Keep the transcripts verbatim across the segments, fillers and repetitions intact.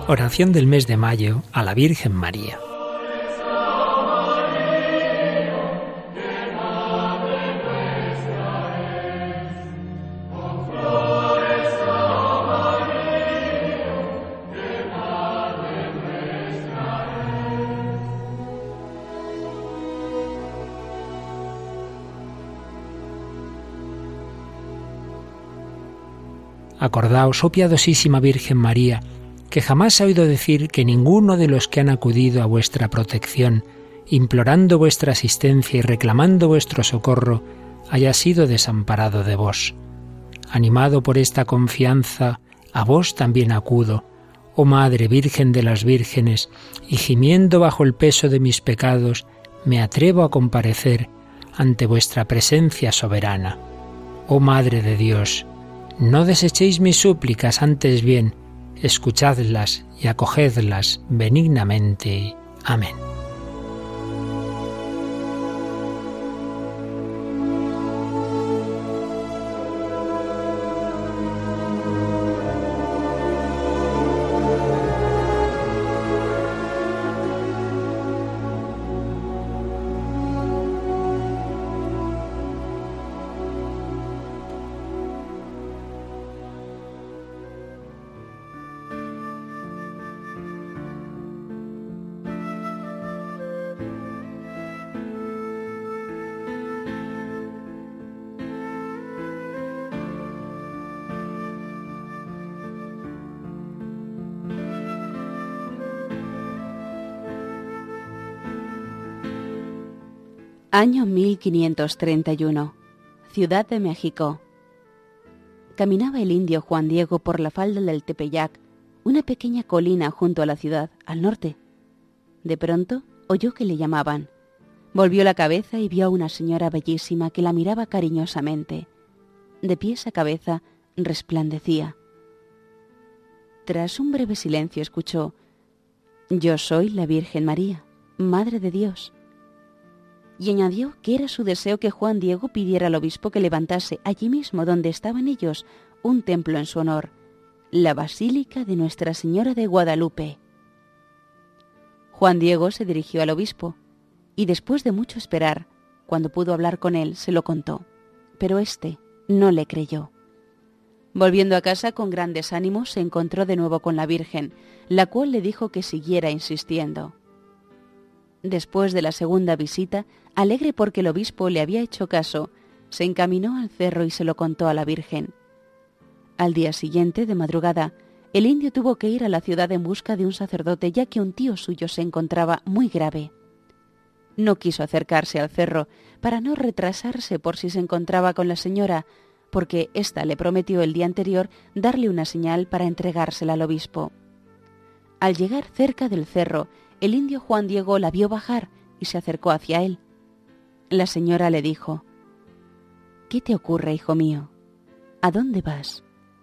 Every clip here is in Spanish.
Oración del mes de mayo a la Virgen María. Acordaos, oh piadosísima Virgen María, que jamás he oído decir que ninguno de los que han acudido a vuestra protección, implorando vuestra asistencia y reclamando vuestro socorro, haya sido desamparado de vos. Animado por esta confianza, a vos también acudo, oh Madre Virgen de las Vírgenes, y gimiendo bajo el peso de mis pecados, me atrevo a comparecer ante vuestra presencia soberana. Oh Madre de Dios, no desechéis mis súplicas, antes bien, escuchadlas y acogedlas benignamente. Amén. Año mil quinientos treinta y uno. Ciudad de México. Caminaba el indio Juan Diego por la falda del Tepeyac, una pequeña colina junto a la ciudad, al norte. De pronto oyó que le llamaban. Volvió la cabeza y vio a una señora bellísima que la miraba cariñosamente. De pies a cabeza resplandecía. Tras un breve silencio escuchó: «Yo soy la Virgen María, Madre de Dios». Y añadió que era su deseo que Juan Diego pidiera al obispo que levantase allí mismo donde estaban ellos un templo en su honor, la Basílica de Nuestra Señora de Guadalupe. Juan Diego se dirigió al obispo y después de mucho esperar, cuando pudo hablar con él, se lo contó, pero éste no le creyó. Volviendo a casa con gran desánimo, se encontró de nuevo con la Virgen, la cual le dijo que siguiera insistiendo. Después de la segunda visita, alegre porque el obispo le había hecho caso, se encaminó al cerro y se lo contó a la Virgen. Al día siguiente, de madrugada, el indio tuvo que ir a la ciudad en busca de un sacerdote, ya que un tío suyo se encontraba muy grave. No quiso acercarse al cerro para no retrasarse por si se encontraba con la señora, porque ésta le prometió el día anterior darle una señal para entregársela al obispo. Al llegar cerca del cerro, el indio Juan Diego la vio bajar y se acercó hacia él. La señora le dijo: «¿Qué te ocurre, hijo mío? ¿A dónde vas?»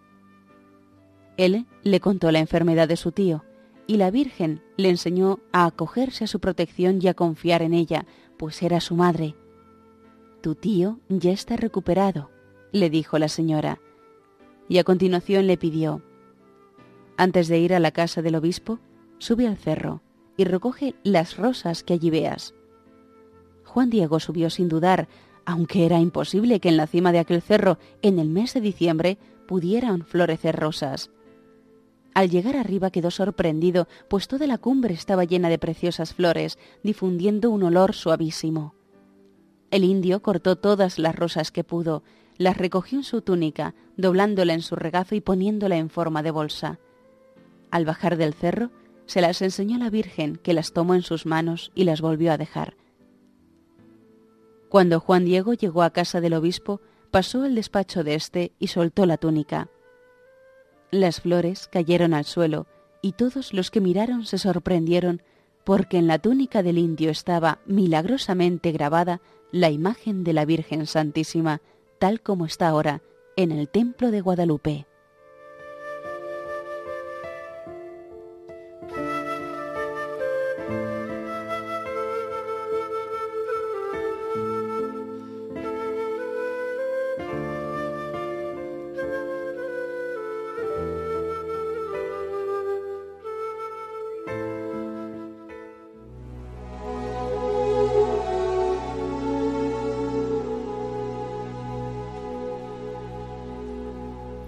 Él le contó la enfermedad de su tío, y la Virgen le enseñó a acogerse a su protección y a confiar en ella, pues era su madre. «Tu tío ya está recuperado», le dijo la señora, y a continuación le pidió: «Antes de ir a la casa del obispo, sube al cerro y recoge las rosas que allí veas». Juan Diego subió sin dudar, aunque era imposible que en la cima de aquel cerro, en el mes de diciembre, pudieran florecer rosas. Al llegar arriba quedó sorprendido, pues toda la cumbre estaba llena de preciosas flores, difundiendo un olor suavísimo. El indio cortó todas las rosas que pudo, las recogió en su túnica, doblándola en su regazo y poniéndola en forma de bolsa. Al bajar del cerro, se las enseñó a la Virgen, que las tomó en sus manos y las volvió a dejar. Cuando Juan Diego llegó a casa del obispo, pasó el despacho de éste y soltó la túnica. Las flores cayeron al suelo y todos los que miraron se sorprendieron, porque en la túnica del indio estaba milagrosamente grabada la imagen de la Virgen Santísima, tal como está ahora en el templo de Guadalupe.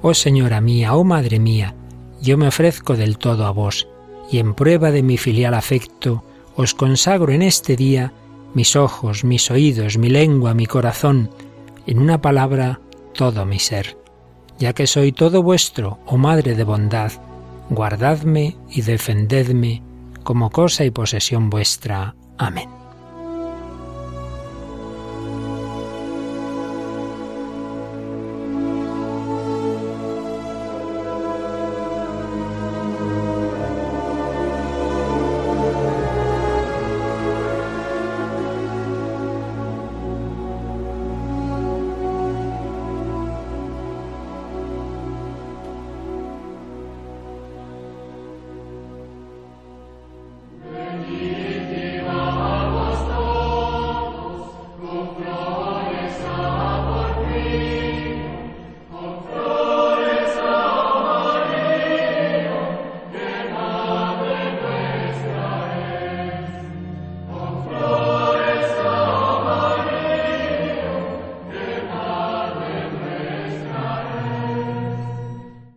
Oh Señora mía, oh Madre mía, yo me ofrezco del todo a vos, y en prueba de mi filial afecto, os consagro en este día mis ojos, mis oídos, mi lengua, mi corazón, en una palabra, todo mi ser. Ya que soy todo vuestro, oh Madre de bondad, guardadme y defendedme como cosa y posesión vuestra. Amén.